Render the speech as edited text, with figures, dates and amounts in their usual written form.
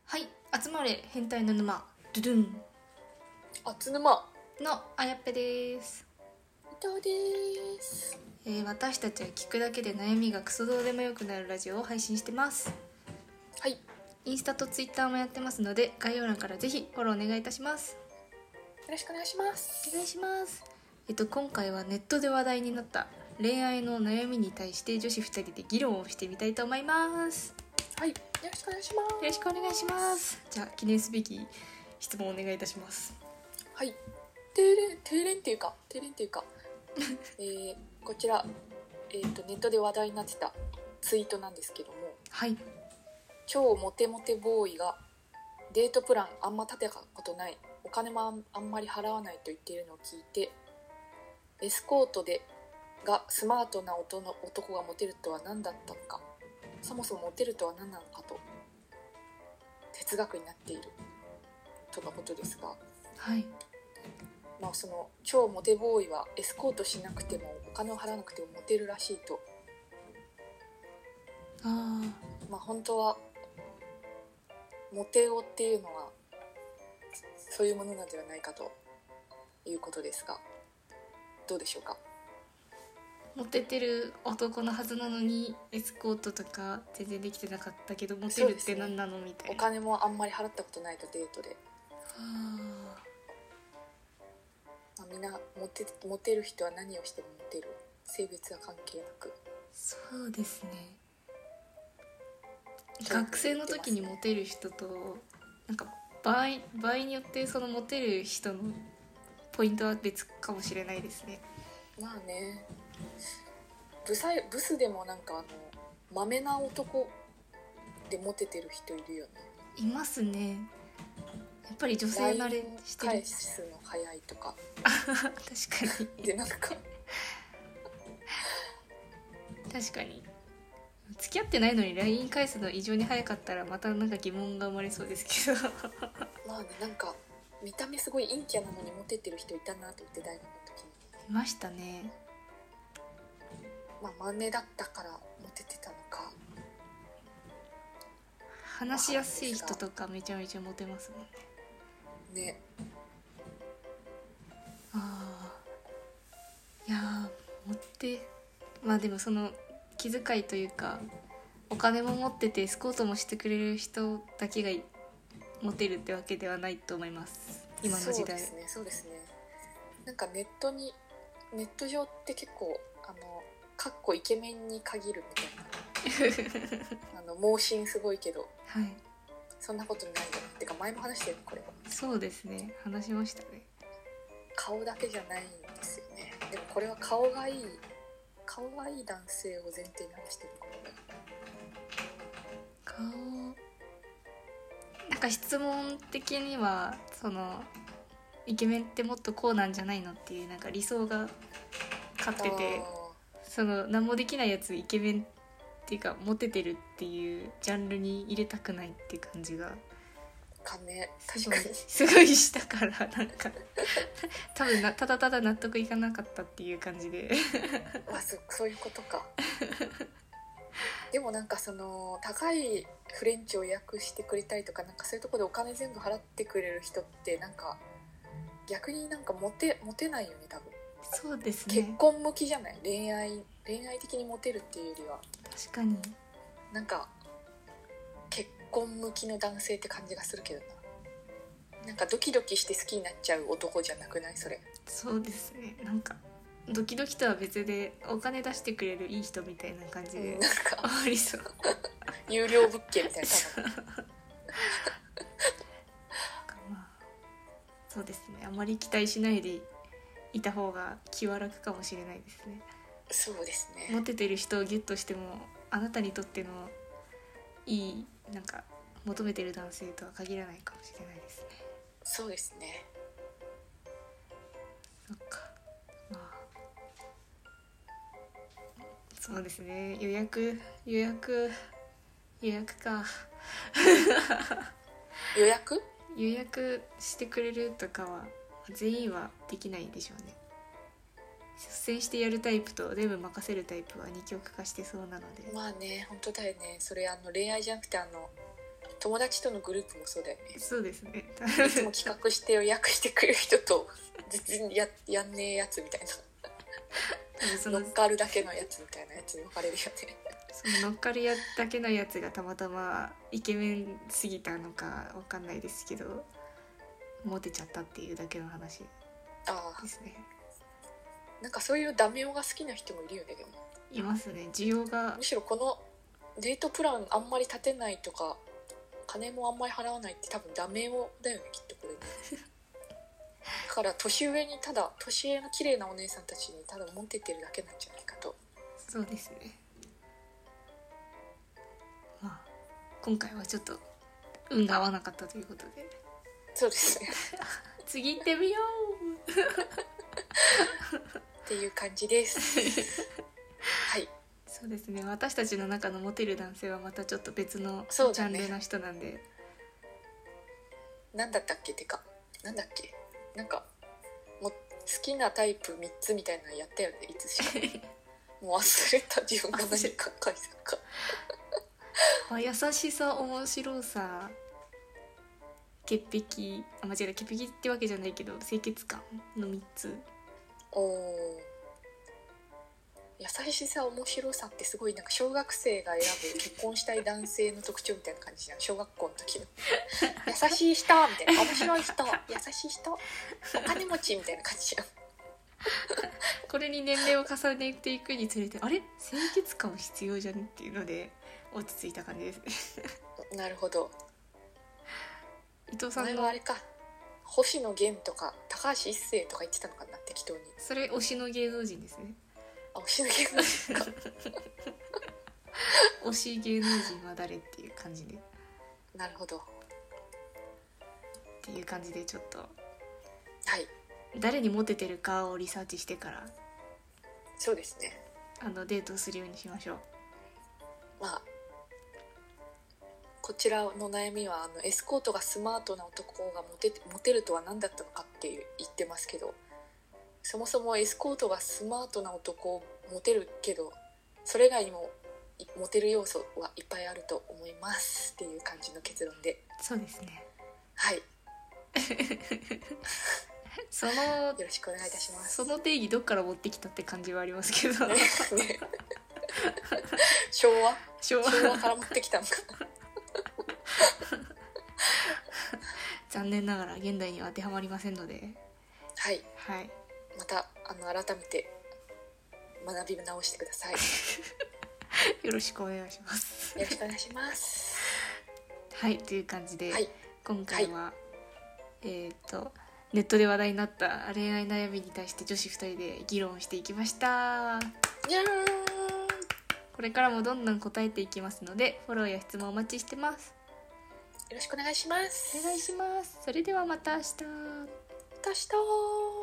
はい、集まれ変態の沼ドゥドゥンあつぬまのあやっぺです。 伊藤です。 私たちは聞くだけで悩みがクソどうでもよくなるラジオを配信してます。 はい、よインスタとツイッターもやってますので、概要欄からぜひフォローお願いいたします。 ろしくお願いします。 お願いします。今回はネットで話題になった恋愛の悩みに対して女子2人で議論をしてみたいと思います。 はい、よろしくお願いします。 よろしくお願いします。じゃあ記念すべき質問をお願いいたします。 はい、定連っていうかこちら、ネットで話題になってたツイートなんですけども、 はい。 超モテモテボーイがデートプランあんま立てたことない、お金もあんまり払わないと言っているのを聞いて、エスコートがスマートな男がモテるとは何だったのか、そもそもモテるとは何なのかと哲学になっているとのことですが、 はい。 その超モテボーイはエスコートしなくてもお金を払わなくてもモテるらしいと。本当はモテ男っていうのはそういうものなのではないかということですが、どうでしょうか。 モテてる男のはずなのにエスコートとか全然できてなかったけど、モテるって何なのみたいな。 お金もあんまり払ったことないとデートで、みんなモテる人は何をしてもモテる、性別は関係なく。 そうですね。学生の時にモテる人となんか場合によってそのモテる人のポイントは別かもしれないですね。 まあね、ブスでもなんかマメな男でモテてる人いるよね。 いますね。やっぱり女性慣れしてる。 返すの早いとか確かにでなんか確かに付き合ってないのに LINE 返すの異常に早かったらまたなんか疑問が生まれそうですけどまあね、なんか見た目すごい陰キャなのにモテてる人いたなと思って、大学の時にいましたね。 マネだったからモテてたのか。 話しやすい人とかめちゃめちゃモテますもんね。 ね。 いやモテでもその気遣いというか、お金も持っててエスコートもしてくれる人だけがモテるってわけではないと思います、今の時代。 そうですね。なんかネット上って結構かっこイケメンに限るみたいな盲信すごいけど、 はい、 そんなことないよってか、前も話してる、これそうですね、話しましたね。 顔だけじゃないんですよね。でもこれは顔がいい男性を前提に話してるからね。 顔なんか質問的にはそのイケメンってもっとこうなんじゃないのっていうなんか理想が勝ってて、その何もできないやつイケメンっていうかモテてるっていうジャンルに入れたくないっていう感じが確かにすごいしたから、なんか多分ただただ納得いかなかったっていう感じでそういうことかでもなんかその高いフレンチを予約してくれたりとか、なんかそういうところでお金全部払ってくれる人ってなんか逆になんかモテないよね、多分。 そうですね。 結婚向きじゃない？恋愛的にモテるっていうよりは確かになんか結婚向きの男性って感じがするけどな。なんかドキドキして好きになっちゃう男じゃなくない？それ。 そうですね。なんかドキドキとは別でお金出してくれるいい人みたいな感じで、 なんかありそう有料物件みたいなそうですね。あまり期待しないでいた方が気は楽かもしれないですね。 そうですね。 モテてる人をギュッとしてもあなたにとってのいいなんか求めてる男性とは限らないかもしれないですね。 そうですね。 そっか。そうですね。予約か予約してくれるとかは全員はできないでしょうね。率先してやるタイプと全部任せるタイプは二極化してそうなので。 まあね、本当だよね。それ恋愛じゃなくて友達とのグループもそうだよね。 そうですね。 いつも企画して予約してくれる人と全然やんねえやつみたいな乗っかるだけのやつみたいなやつに分かれるよね。 その乗っかるだけのやつがたまたまイケメンすぎたのかわかんないですけどモテちゃったっていうだけの話ですね。 なんかそういうダメ男が好きな人もいるよね。でもいますね。需要が。 むしろこのデートプランあんまり立てないとか金もあんまり払わないって多分ダメ男だよね、きっとこれね。だから年上の綺麗なお姉さんたちにただモテてるだけなんじゃないかと。 そうですね。まあ今回はちょっと運が合わなかったということで。 そうですね。 次行ってみようっていう感じです。はい。 そうですね。私たちの中のモテる男性はまたちょっと別のジャンルの人なんで。 なんだったっけてかなんだっけなんかもう好きなタイプ3つみたいなのやったよね、いつしか。もう忘れた、自分が何か書いたか。 優しさ、面白さ、潔癖、間違えた、潔癖ってわけじゃないけど清潔感の3つ。 優しさ、面白さってすごいなんか小学生が選ぶ結婚したい男性の特徴みたいな感じじゃん。小学校の時の優しい人みたいな、面白い人、優しい人、お金持ちみたいな感じじゃん。 これに年齢を重ねていくにつれて、あれ清潔感必要じゃねっていうので落ち着いた感じですね。 なるほど。 伊藤さんの前はあれか、星野源とか高橋一生とか言ってたのかな、適当に。 それ推しの芸能人ですね。 推しの芸能人か。 推し芸能人は誰っていう感じで。 なるほど。 っていう感じでちょっと、 はい、 誰にモテてるかをリサーチしてからそうですね、 デートするようにしましょう。 まあこちらの悩みはエスコートがスマートな男がモテるとは何だったのかって言ってますけど、そもそもエスコートがスマートな男をモテるけどそれ以外にもモテる要素はいっぱいあると思いますっていう感じの結論で。 そうですね。 はいよろしくお願いいたします。 その定義どっから持ってきたって感じはありますけどね、 昭和から持ってきたのか残念ながら現代には当てはまりませんので、 はい、 はい、 また改めて学び直してください。 よろしくお願いします。 よろしくお願いします。 はい、という感じで、 はい、 今回は、ネットで話題になった恋愛悩みに対して女子2人で議論していきました。これからもどんどん答えていきますのでフォローや質問お待ちしてます。 よろしくお願いします。 お願いします。それではまた明日。 また明日。